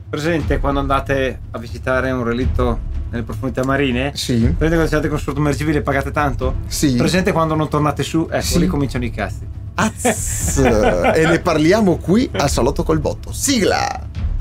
Presente quando andate a visitare un relitto nelle profondità marine? Sì. Presente quando siete con sottomergibile e pagate tanto? Sì. Presente quando non tornate su? Ecco, Sì. lì cominciano i cazzi. E ne parliamo qui al Salotto col Botto. Sigla!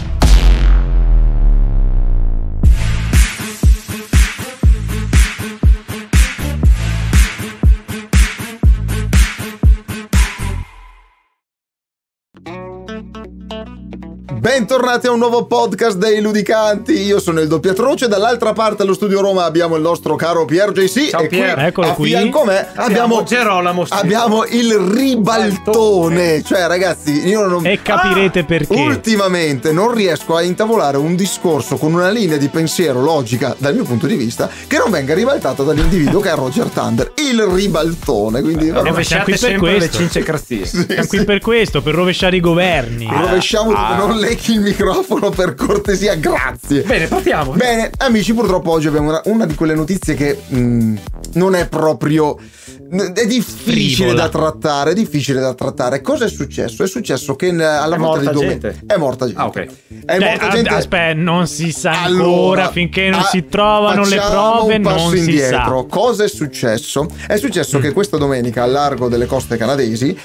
Bentornati a un nuovo podcast dei Ludicanti. Io sono il Doppiatroce. Dall'altra parte allo studio Roma abbiamo il nostro caro Pier JC. Ciao e Pier, qui, eccolo a qui. fianco a me abbiamo Gerolamo. Abbiamo il ribaltone. Cioè, ragazzi, io non. E capirete perché. Ultimamente non riesco a intavolare un discorso con una linea di pensiero logica, dal mio punto di vista, che non venga ribaltata dall'individuo che è Roger Thunder, il ribaltone. Quindi rovesciate sempre le cincecrazie. Siamo qui per questo, per rovesciare i governi. Rovesciamo non leghi il microfono, per cortesia, grazie. Bene, partiamo. Bene, amici, purtroppo oggi abbiamo una di quelle notizie che non è proprio. È difficile da trattare. È difficile da trattare. Cosa è successo? È successo che alla volta di domenica è morta gente. Ah, ok. È morta gente. Aspetta, non si sa ancora, allora, finché non si trovano le prove, non si sa. Cosa è successo? È successo che questa domenica al largo delle coste canadesi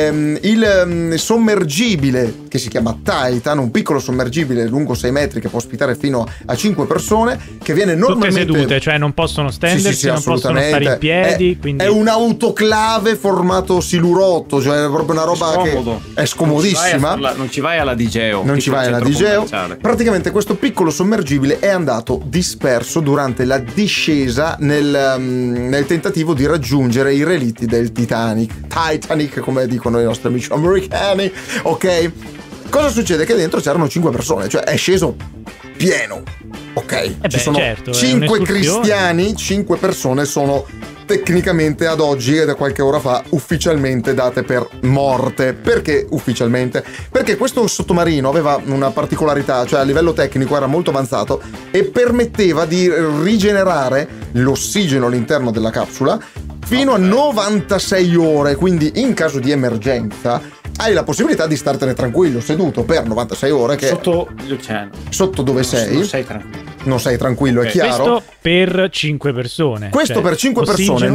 il sommergibile che si chiama Titan, un piccolo sommergibile lungo 6 metri che può ospitare fino a 5 persone, che viene normalmente tutte sedute, cioè non possono stendersi, sì, non possono stare in piedi, quindi è un autoclave formato silurotto, cioè è proprio una roba che è scomodissima. Non ci vai alla Digeo. Non ci vai alla Digeo. Praticamente questo piccolo sommergibile è andato disperso durante la discesa nel tentativo di raggiungere i relitti del Titanic, come dicono i nostri amici americani. Ok? Cosa succede? Che dentro c'erano 5 persone, cioè è sceso pieno. Ok? Ci sono 5 cristiani, 5 persone sono tecnicamente ad oggi e da qualche ora fa ufficialmente date per morte. Perché ufficialmente? Perché questo sottomarino aveva una particolarità, cioè a livello tecnico era molto avanzato e permetteva di rigenerare l'ossigeno all'interno della capsula fino a 96 ore, quindi in caso di emergenza hai la possibilità di startene tranquillo, seduto per 96 ore. Che sotto l'oceano. Sotto dove sei? Non sei tranquillo. Non sei tranquillo, okay. È chiaro? Questo per 5 persone. Questo per 5 persone,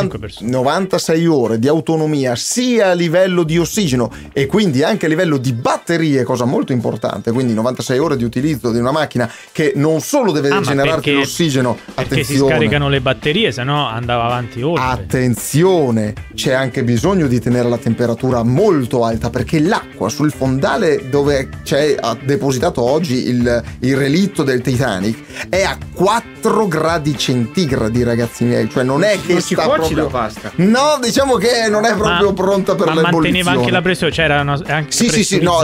96 ore di autonomia sia a livello di ossigeno e quindi anche a livello di batterie, cosa molto importante. Quindi 96 ore di utilizzo di una macchina che non solo deve generarti l'ossigeno, perché si scaricano le batterie, se no andava avanti oltre. Attenzione, c'è anche bisogno di tenere la temperatura molto alta, perché l'acqua sul fondale dove c'è depositato oggi il relitto del Titanic è a 4 gradi centigradi, ragazzi miei, cioè non è che sta proprio la pasta. No, diciamo che non è proprio pronta per l'ebollizione. Ma manteneva anche la pressione, cioè era anche sì, no,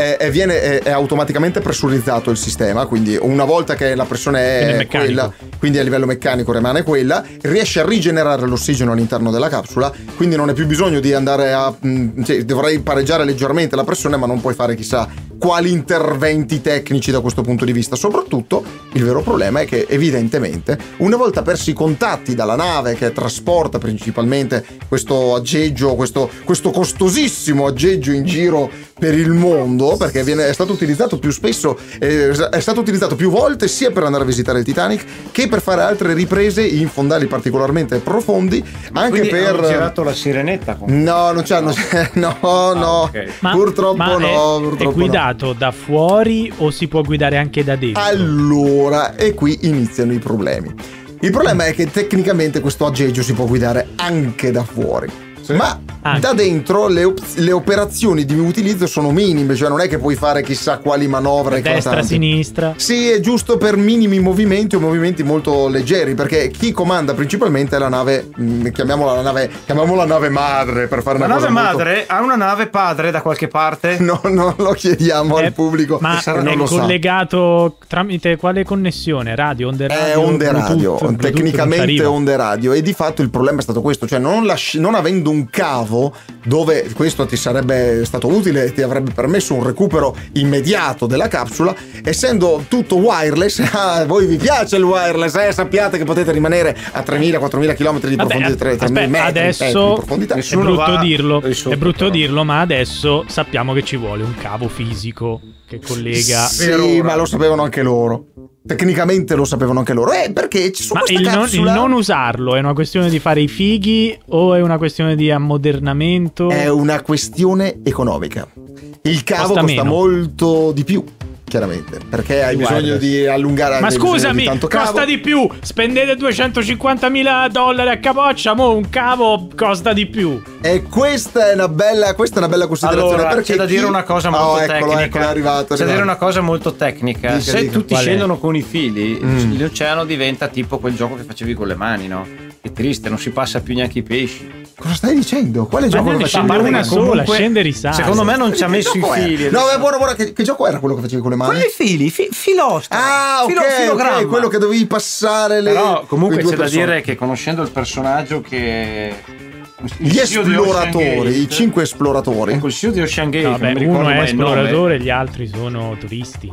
è automaticamente pressurizzato il sistema, quindi una volta che la pressione è quella, quindi a livello meccanico rimane quella, riesce a rigenerare l'ossigeno all'interno della capsula, quindi non è più bisogno di andare dovrai pareggiare leggermente la pressione, ma non puoi fare chissà quali interventi tecnici da questo punto di vista. Soprattutto il vero problema è che evidentemente una volta persi i contatti dalla nave che trasporta principalmente questo aggeggio, questo costosissimo aggeggio in giro per il mondo, perché è stato utilizzato più spesso, è stato utilizzato più volte sia per andare a visitare il Titanic che per fare altre riprese in fondali particolarmente profondi, anche quindi per hanno girato la sirenetta con... No, non c'hanno Okay. Purtroppo è guidato da fuori o si può guidare anche da dentro? Allora, e qui iniziano i problemi. Il problema è che tecnicamente questo aggeggio si può guidare anche da fuori. Ma da dentro le operazioni di utilizzo sono minime, cioè non è che puoi fare chissà quali manovre destra, sinistra. Sì, è giusto per minimi movimenti o movimenti molto leggeri, perché chi comanda principalmente è la nave, chiamiamola nave madre, per fare una cosa nave madre ha una nave padre da qualche parte? No, non lo chiediamo al pubblico. Ma è collegato tramite quale connessione? Radio, onde radio? È onde radio, Bluetooth, tecnicamente onde radio, e di fatto il problema è stato questo, cioè non avendo un cavo dove questo ti sarebbe stato utile e ti avrebbe permesso un recupero immediato della capsula, essendo tutto wireless. Voi vi piace il wireless, sappiate che potete rimanere a 3.000-4.000 km di profondità, 3.000 metri adesso di profondità. È brutto dirlo, ma adesso sappiamo che ci vuole un cavo fisico che collega. Sì, ma lo sapevano anche loro. Tecnicamente lo sapevano anche loro. Perché su questa capsula... il non usarlo è una questione di fare i fighi o è una questione di ammodernamento? È una questione economica. Il cavo costa molto di più, chiaramente, perché hai bisogno di allungare. Ma scusami, di tanto cavo. Costa di più. Spendete $250.000 a capoccia, mo un cavo costa di più. E questa è una bella considerazione. Allora, perché c'è da dire una cosa molto tecnica. Eccolo, è arrivato. C'è da dire una cosa molto tecnica. Se tutti scendono con i fili, l'oceano diventa tipo quel gioco che facevi con le mani, no? È triste, non si passa più neanche i pesci. Cosa stai dicendo? Quale gioco ne facevi? una sola, scende e risale. Secondo me non ci ha messo i fili. No, buona, che gioco era quello che facevi con le mani? Con i fili, filostra. Ah, ok, quello che dovevi passare le... Però comunque c'è da dire che conoscendo il personaggio che... Gli esploratori, i 5 esploratori. Col CEO di Ocean Gate. Vabbè, uno è esploratore, gli altri sono turisti.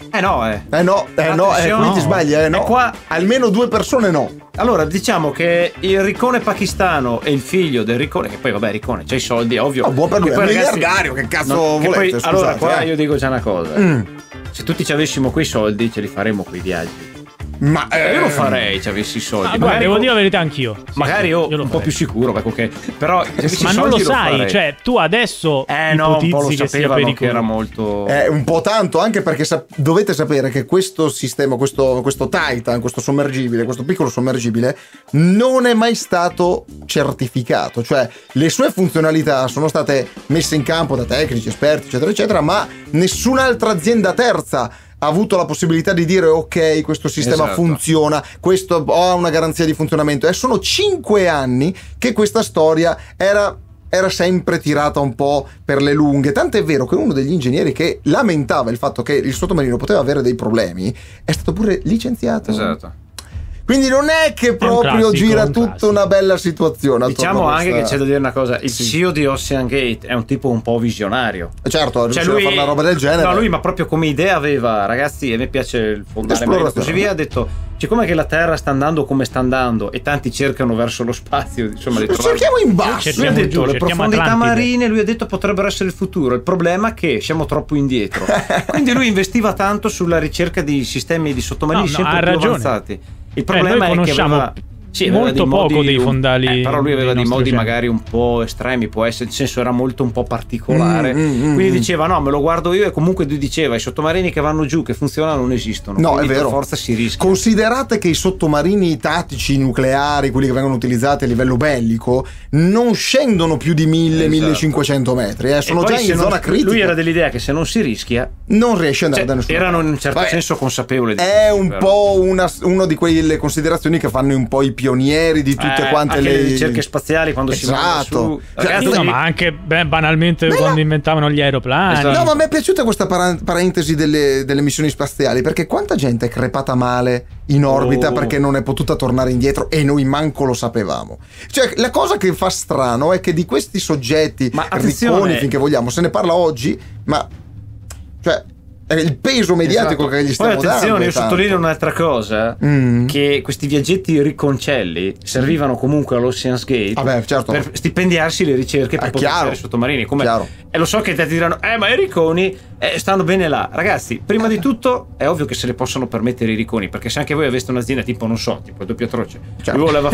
Quindi ti sbagli, no. Qua almeno 2 persone no. Allora, diciamo che il riccone pakistano e il figlio del riccone, che poi vabbè, riccone c'ha i soldi, è ovvio. Buon per lui, è un ragazzi, miliardario, che cazzo volete? Poi, scusate, allora, qua io dico già una cosa. Se tutti ci avessimo quei soldi, ce li faremo quei viaggi. Ma io lo farei se avessi i soldi. Guarda, devo dire la verità anch'io. Magari io un po' più sicuro, però ma non lo sai, cioè tu adesso ipotizzi un po' lo che sapevano che era molto un po' tanto, anche perché dovete sapere che questo sistema, questo Titan, questo sommergibile, questo piccolo sommergibile non è mai stato certificato, cioè le sue funzionalità sono state messe in campo da tecnici, esperti, eccetera eccetera, ma nessun'altra azienda terza ha avuto la possibilità di dire ok, questo sistema funziona, questo ha una garanzia di funzionamento. E sono 5 anni che questa storia era sempre tirata un po' per le lunghe, tant'è vero che uno degli ingegneri che lamentava il fatto che il sottomarino poteva avere dei problemi è stato pure licenziato. Esatto. Quindi non è che proprio gira tutta una bella situazione. Diciamo anche che c'è da dire una cosa: il CEO di Ocean Gate è un tipo un po' visionario. Certo, riusciva a fare una roba del genere. No, lui ma proprio come idea aveva, ragazzi, a me piace il fondare e così via, ha detto, siccome che la Terra sta andando come sta andando e tanti cercano verso lo spazio, insomma, di trovare... cerchiamo in basso. Lui ha detto le profondità marine, lui ha detto potrebbero essere il futuro. Il problema è che siamo troppo indietro. Quindi lui investiva tanto sulla ricerca di sistemi di sottomarini sempre più avanzati. Il problema noi conosciamo molto poco dei fondali. Però lui aveva dei modi magari un po' estremi, può essere, nel senso era molto un po' particolare. Quindi diceva no, me lo guardo io, e comunque lui diceva i sottomarini che vanno giù, che funzionano, non esistono. No, quindi è vero. Per forza si rischia. Considerate che i sottomarini tattici nucleari, quelli che vengono utilizzati a livello bellico, non scendono più di 1000-1500 metri, sono già in zona critica. Lui era dell'idea che se non si rischia non riesce ad andare da nessuna parte. Erano in un certo senso consapevoli. È un po' uno di quelle considerazioni che fanno un po' i pionieri di tutte quante le ricerche spaziali quando si va su. Ragazzi, no, ma anche banalmente quando inventavano gli aeroplani. No, ma mi è piaciuta questa parentesi delle missioni spaziali, perché quanta gente è crepata male in orbita perché non è potuta tornare indietro e noi manco lo sapevamo. Cioè, la cosa che fa strano è che di questi soggetti ricconi, finché vogliamo, se ne parla oggi, ma cioè è il peso mediatico che gli stiamo dando. Poi attenzione, io sottolineo un'altra cosa, che questi viaggetti ricconcelli servivano comunque all'Ocean's Gate certo, per stipendiarsi le ricerche per poter fare sottomarini. E lo so che te ti diranno ma i ricconi stanno bene là. Ragazzi, prima di tutto è ovvio che se le possono permettere i ricconi, perché se anche voi aveste un'azienda tipo, non so, tipo Doppio Atroce, lui voleva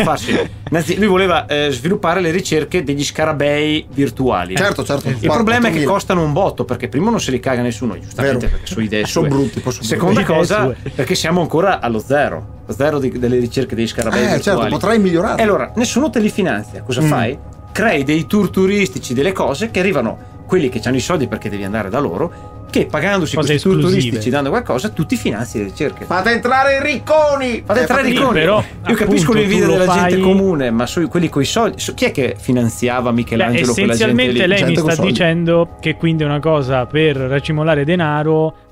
lui voleva sviluppare le ricerche degli scarabei virtuali. Certo. Il problema è che costano un botto, perché primo non se li caga nessuno, giustamente, perché sono idee sono brutti. Seconda cosa, perché siamo ancora allo zero delle ricerche degli scarabei virtuali. Certo, potrai migliorare. E allora nessuno te li finanzia, cosa fai? Crei dei tour turistici, delle cose che arrivano quelli che hanno i soldi perché devi andare da loro, che pagandosi questi tour turistici, dando qualcosa, tu ti finanzi le ricerche. Fate entrare i ricconi! Però io capisco l'invidia della gente comune, ma quelli coi soldi, chi è che finanziava Michelangelo? Essenzialmente lei mi sta dicendo che quindi è una cosa per racimolare denaro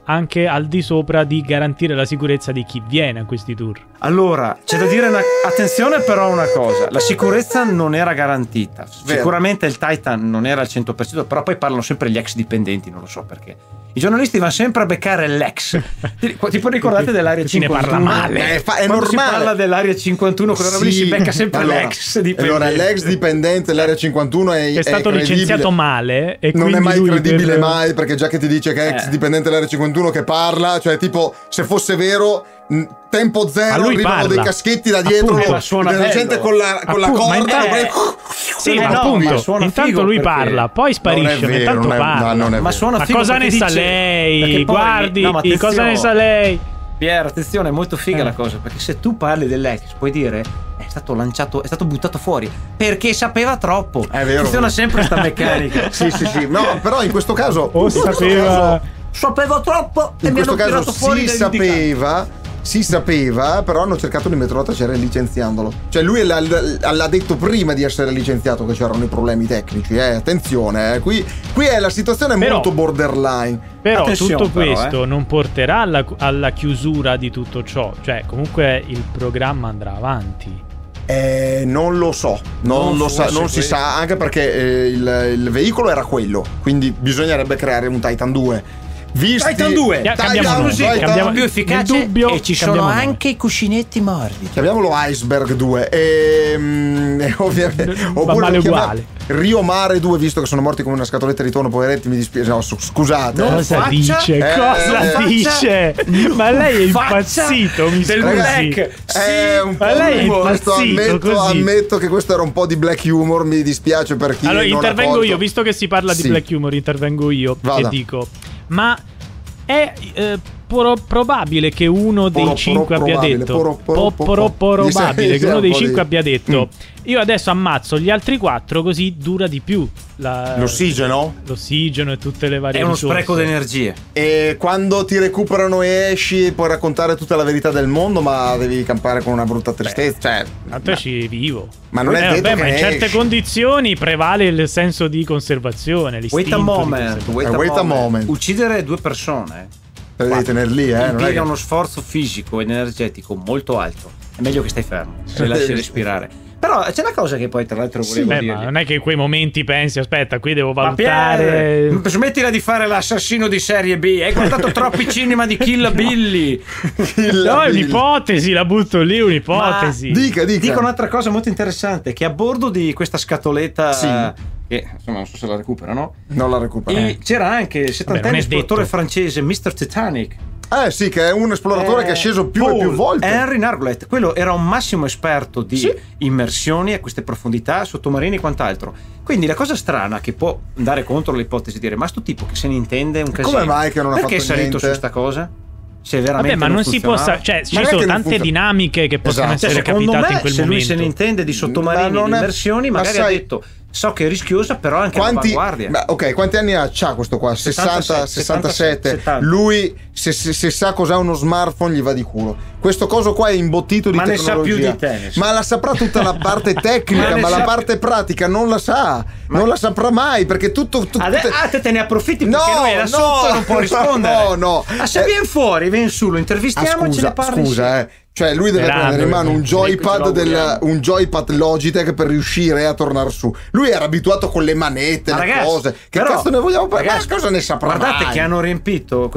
anche al di sopra di garantire la sicurezza di chi viene a questi tour. Allora, c'è da dire attenzione però a una cosa, la sicurezza non era garantita. Sicuramente il Titan non era al 100%, però poi parlano sempre gli ex dipendenti, non lo so perché. I giornalisti vanno sempre a beccare l'ex. Tipo ricordate dell'area 51? Ne parla male. È normale. Si parla dell'area 51, quella roba lì si becca sempre l'ex dipendente. Allora, l'ex dipendente dell'area 51 è stato licenziato male e non è mai credibile per... mai, perché già che ti dice che è ex dipendente dell'area 51 che parla, cioè tipo se fosse vero tempo zero arrivano dei caschetti da dietro della gente con la corda sì, ma appunto intanto lui parla, poi sparisce, ma intanto parla. Ma suona figo, cosa ne sa lei? Guardi, cosa ne sa lei? Pier, attenzione, è molto figa la cosa, perché se tu parli dell'ex puoi dire è stato lanciato, è stato buttato fuori perché sapeva troppo. È vero. Funziona sempre sta meccanica. Sì. No, però in questo caso sapeva troppo e in mi questo hanno caso fuori si sapeva, però hanno cercato di metterlo a tacere licenziandolo. Cioè lui l'ha detto prima di essere licenziato che c'erano i problemi tecnici, attenzione, qui è la situazione molto borderline. Però tutto questo non porterà alla chiusura di tutto ciò, cioè comunque il programma andrà avanti. Non lo so, non si sa, anche perché il veicolo era quello, quindi bisognerebbe creare un Titan 2. Titan 2 cambiamo più efficace e ci sono anche i cuscinetti morbidi. Chiamiamolo Iceberg 2 e ovviamente oppure uguale Rio Mare 2, visto che sono morti come una scatoletta di tonno, poveretti, mi dispiace, no, scusate. Cosa dice? Ma lei è impazzito, mi scusi. Un po' lei è impazzito, ammetto che questo era un po' di black humor, mi dispiace per chi allora intervengo io, visto che si parla di black humor, intervengo io e dico: ma è probabile che uno dei 5 abbia detto probabile che uno dei 5 abbia detto io adesso ammazzo gli altri 4 così dura di più l'ossigeno e tutte le varie risorse. È uno spreco di energie e quando ti recuperano e esci puoi raccontare tutta la verità del mondo, ma devi campare con una brutta tristezza. Tanto esci vivo, ma non è detto che ma in certe condizioni prevale il senso di conservazione, wait a moment. Uccidere 2 persone devi tenerli lì, impiega uno sforzo fisico energetico molto alto. È meglio che stai fermo, se lasci respirare. Però c'è una cosa che poi tra l'altro volevo dire. Ma non è che in quei momenti pensi aspetta, qui devo valutare. Smettila di fare l'assassino di serie B. Hai guardato troppi cinema di Kill Billy. No, è un'ipotesi, la butto lì, un'ipotesi. Dica. Dico un'altra cosa molto interessante, che a bordo di questa scatoletta che insomma non so se la recuperano. Non la recupera. E c'era anche il 70enne esploratore francese Mr. Titanic. Sì, che è un esploratore che è sceso più e più volte. Henry Narglet, quello era un massimo esperto di immersioni a queste profondità, sottomarini e quant'altro. Quindi la cosa strana che può andare contro l'ipotesi di dire: ma sto tipo che se ne intende un casino, come mai che non ha fatto niente? Perché è salito su sta cosa? Se veramente ma non si può cioè ci sono tante dinamiche che possono essere capitate in quel momento. Se lui se ne intende di sottomarini e di immersioni, magari ha detto: so che è rischiosa, però anche all'avanguardia. Ok, quanti anni c'ha questo qua? 67. 70. Lui se sa cos'è uno smartphone gli va di culo. Questo coso qua è imbottito di tecnologia. Ma ne sa più di te. Ma la saprà tutta la parte tecnica, ma la parte pratica non la sa. Non la saprà mai, perché tutto te ne approfitti perché noi da sotto non può rispondere. No. Se viene fuori, viene su, lo intervistiamo e ce ne parli. Scusa, Cioè lui deve prendere in mano un joypad Logitech per riuscire a tornare su. Lui era abituato con le manette, le cose. Che cazzo ne vogliamo parlare? Ragazzi, cosa ne saprà? Guardate che hanno riempito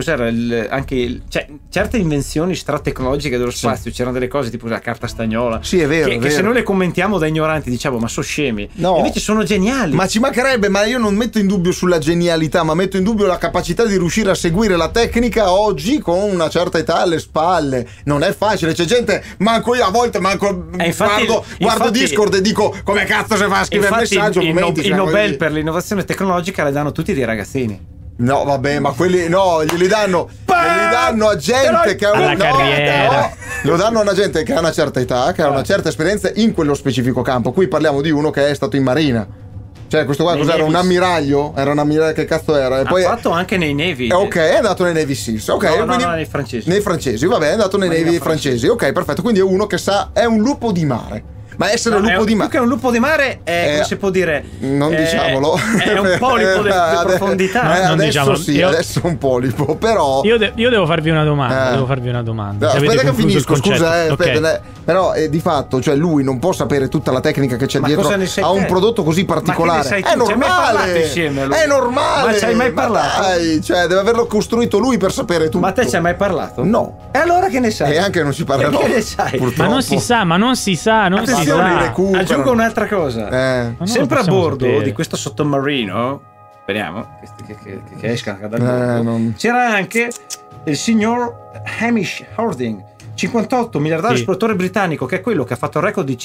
certe invenzioni stratecnologiche dello spazio. C'erano delle cose tipo la carta stagnola. Sì, è vero. Che se noi le commentiamo da ignoranti diciamo ma sono scemi. No. Invece sono geniali. Ma ci mancherebbe, ma io non metto in dubbio sulla genialità, ma metto in dubbio la capacità di riuscire a seguire la tecnica oggi con una certa età alle spalle. Non è facile. C'è gente, manco io a volte guardo Discord e dico come cazzo si fa a scrivere messaggio. Il Nobel per l'innovazione tecnologica le danno tutti dei ragazzini. No, vabbè, ma quelli glieli danno a gente che ha una carriera. Lo danno a una gente che ha una certa età, che ha una certa esperienza in quello specifico campo. Qui parliamo di uno che è stato in marina. Cioè, questo qua cos'era? Un ammiraglio? Era un ammiraglio, che cazzo era? E poi ha fatto anche nei Navy. Ok, è andato nei Navy Seals. Ok, no, nei francesi. Nei francesi, vabbè, è andato nei Navy francesi. Ok, perfetto. Quindi è uno che sa, è un lupo di mare. Ma essere lupo di mare. Più che un lupo di mare è, come si può dire? Non diciamolo. È un polipo di profondità. Adesso diciamolo, sì, adesso è un polipo, però. Io devo farvi una domanda. No, aspetta che finisco, scusa, okay. Però di fatto, cioè lui non può sapere tutta la tecnica che c'è dietro a un prodotto così particolare. È normale. È normale. Ma ci hai mai parlato? Dai, cioè deve averlo costruito lui per sapere tutto. Ma te ci hai mai parlato? No. E allora che ne sai? E anche non ci parlerò. Che ne sai? Purtroppo. Ma non si sa. Aggiungo un'altra cosa. Sempre a bordo di questo sottomarino, speriamo che esca dal bordo, c'era anche il signor Hamish Harding, 58 miliardario esploratore britannico, che è quello che ha fatto il record di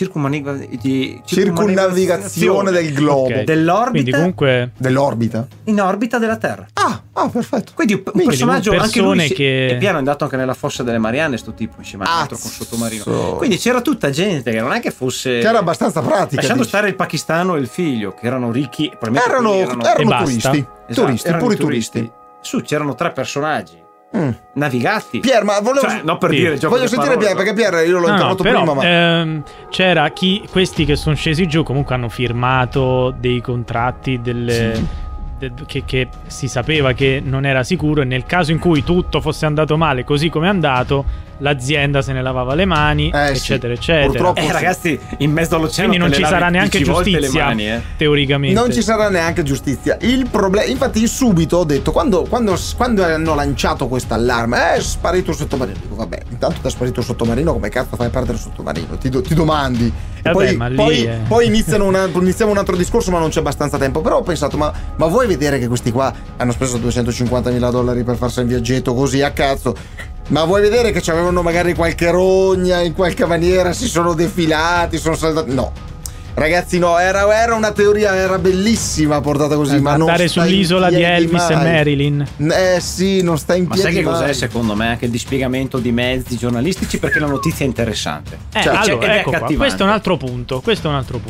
circumnavigazione del globo, dell'orbita. Quindi comunque dell'orbita in orbita della Terra. Perfetto. Quindi un personaggio anche lui che è piano, è andato anche nella fossa delle Marianne, sto tipo insieme a un altro con sottomarino. Quindi c'era tutta gente che non è che fosse, che era abbastanza pratica, lasciando stare il pakistano e il figlio, che erano ricchi, erano turisti. Esatto, puri turisti. Su c'erano 3 personaggi navigati. Pier, ma volevo non per dire gioco voglio sentire Pier, perché Pier io l'ho interrotto prima, ma c'era questi che sono scesi giù, comunque hanno firmato dei contratti che si sapeva che non era sicuro, e nel caso in cui tutto fosse andato male così come è andato, l'azienda se ne lavava le mani, eccetera eccetera. Purtroppo ragazzi, in mezzo all'oceano quindi non ci sarà neanche giustizia, teoricamente non ci sarà neanche giustizia. Il problema, infatti, subito ho detto, quando hanno lanciato questo allarme, è sparito il sottomarino, dico vabbè, intanto ti è sparito il sottomarino, come cazzo fai a perdere il sottomarino? Ti domandi. Poi iniziamo un altro discorso, ma non c'è abbastanza tempo. Però ho pensato, ma vuoi vedere che questi qua hanno speso $250.000 per farsi un viaggetto così a cazzo? Ma vuoi vedere che avevano magari qualche rogna, in qualche maniera si sono defilati, sono saltati? No, ragazzi, no, era una teoria, era bellissima portata così, ma non andare sull'isola di Elvis e Marilyn. Sì, non sta in piedi. Ma sai che cos'è, secondo me? Anche il dispiegamento di mezzi giornalistici, perché la notizia è interessante. Allora, ecco qua, questo è un altro punto. Poi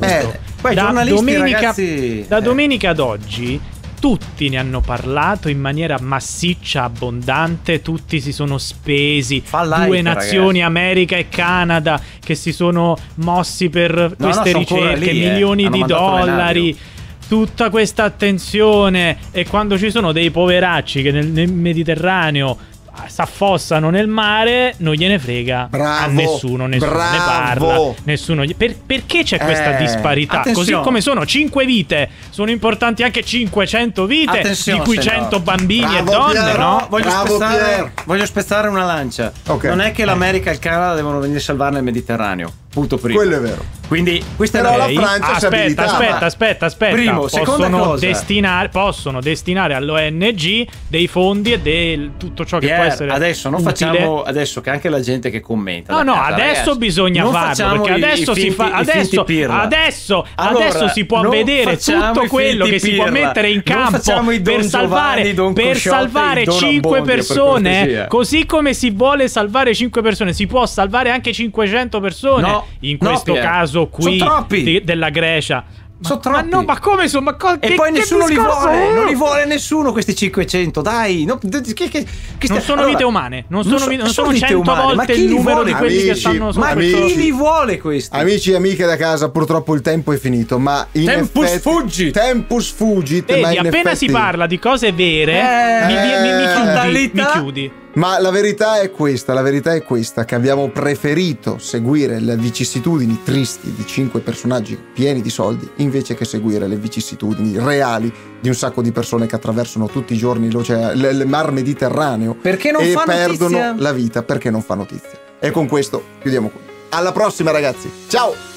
da domenica ad oggi tutti ne hanno parlato in maniera massiccia, abbondante, tutti si sono spesi. 2 nazioni, ragazzi, America e Canada, che si sono mossi per queste ricerche, milioni di dollari, tutta questa attenzione. E quando ci sono dei poveracci che nel Mediterraneo s'affossano nel mare, non gliene frega a nessuno ne parla, nessuno perché c'è questa disparità. Così come sono 5 vite, sono importanti anche 500 vite, di cui 100 bambini e donne. Piero, no? Voglio spezzare una lancia. Non è che l'America e il Canada devono venire a salvare nel Mediterraneo, punto primo. Quello è vero. Quindi questa però è la Francia aspetta. Primo, possono destinare all'ONG dei fondi e tutto ciò che può essere adesso non utile. Facciamo adesso che anche la gente che commenta. Adesso bisogna farlo, perché adesso si fa adesso si può vedere tutto quello che si può mettere in campo per salvare 5 persone, così come si vuole salvare 5 persone, si può salvare anche 500 persone in questo caso qui della Grecia. Ma come sono? E poi nessuno li vuole, non li vuole nessuno questi 500, dai. Non sono vite umane, non sono 100 volte il numero di quelli che stanno sopra. Ma chi li vuole questi? Amici e amiche da casa, purtroppo il tempo è finito, ma Tempus fugit. Vedi, appena si parla di cose vere, mi chiudi. Ma la verità è questa, che abbiamo preferito seguire le vicissitudini tristi di 5 personaggi pieni di soldi invece che seguire le vicissitudini reali di un sacco di persone che attraversano tutti i giorni il mar Mediterraneo perché non fa perdono la vita perché non fa notizia. E con questo chiudiamo qui. Alla prossima, ragazzi. Ciao!